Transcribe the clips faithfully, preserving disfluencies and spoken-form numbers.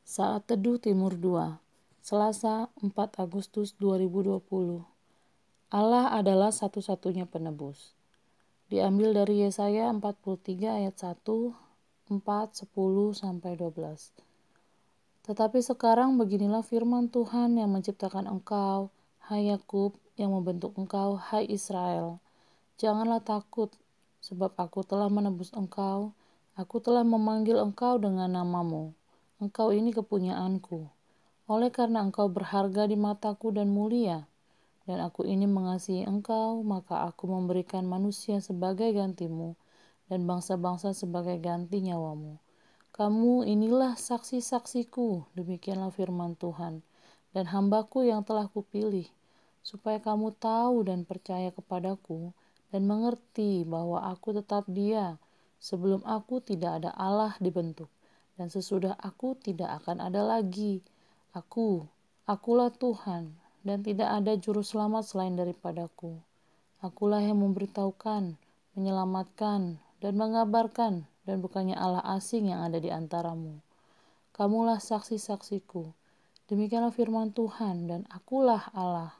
Saat Teduh Timur dua, Selasa empat Agustus dua ribu dua puluh. Allah adalah satu-satunya penebus. Diambil dari Yesaya empat puluh tiga ayat satu, empat, sepuluh sampai dua belas. Tetapi sekarang beginilah firman Tuhan yang menciptakan engkau, hai Yakub, yang membentuk engkau, hai Israel. Janganlah takut, sebab aku telah menebus engkau, aku telah memanggil engkau dengan namamu. Engkau ini kepunyaanku. Oleh karena engkau berharga di mataku dan mulia, dan aku ini mengasihi engkau, maka aku memberikan manusia sebagai gantimu, dan bangsa-bangsa sebagai ganti nyawamu. Kamu inilah saksi-saksiku, demikianlah firman Tuhan, dan hambaku yang telah kupilih, supaya kamu tahu dan percaya kepadaku, dan mengerti bahwa aku tetap Dia. Sebelum aku tidak ada Allah dibentuk, dan sesudah aku tidak akan ada lagi. Aku, akulah Tuhan, dan tidak ada juru selamat selain daripadaku. Akulah yang memberitahukan, menyelamatkan, dan mengabarkan, dan bukannya Allah asing yang ada di antaramu. Kamulah saksi-saksiku. Demikianlah firman Tuhan, dan akulah Allah.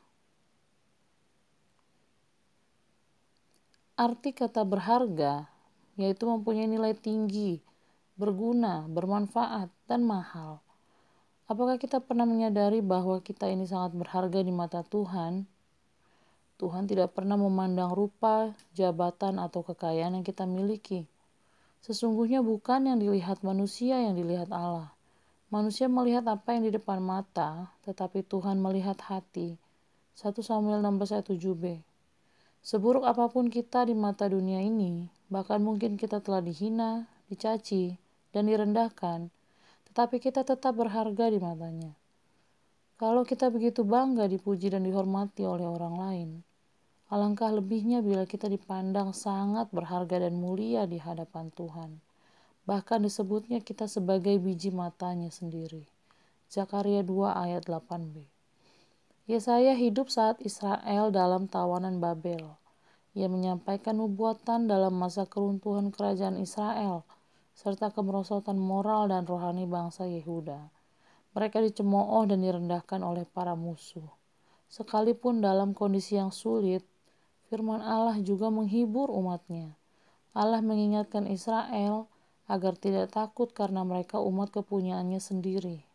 Arti kata berharga, yaitu mempunyai nilai tinggi, berguna, bermanfaat, dan mahal. Apakah kita pernah menyadari bahwa kita ini sangat berharga di mata Tuhan? Tuhan tidak pernah memandang rupa, jabatan, atau kekayaan yang kita miliki. Sesungguhnya bukan yang dilihat manusia yang dilihat Allah. Manusia melihat apa yang di depan mata, tetapi Tuhan melihat hati. satu Samuel enam belas ayat tujuh b. Seburuk apapun kita di mata dunia ini, bahkan mungkin kita telah dihina, dicaci, dan direndahkan, tetapi kita tetap berharga di matanya. Kalau kita begitu bangga dipuji dan dihormati oleh orang lain, alangkah lebihnya bila kita dipandang sangat berharga dan mulia di hadapan Tuhan. Bahkan disebutnya kita sebagai biji matanya sendiri. Zakaria dua ayat delapan b. Yesaya hidup saat Israel dalam tawanan Babel. Ia menyampaikan nubuatan dalam masa keruntuhan kerajaan Israel, serta kemerosotan moral dan rohani bangsa Yehuda. Mereka dicemooh dan direndahkan oleh para musuh. Sekalipun dalam kondisi yang sulit, firman Allah juga menghibur umatnya. Allah mengingatkan Israel agar tidak takut karena mereka umat kepunyaannya sendiri.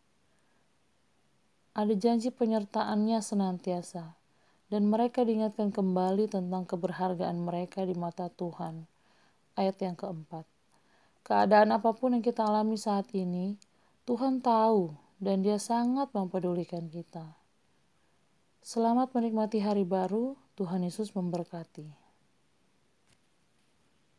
Ada janji penyertaannya senantiasa, dan mereka diingatkan kembali tentang keberhargaan mereka di mata Tuhan. Ayat yang keempat. Keadaan apapun yang kita alami saat ini, Tuhan tahu dan Dia sangat mempedulikan kita. Selamat menikmati hari baru, Tuhan Yesus memberkati.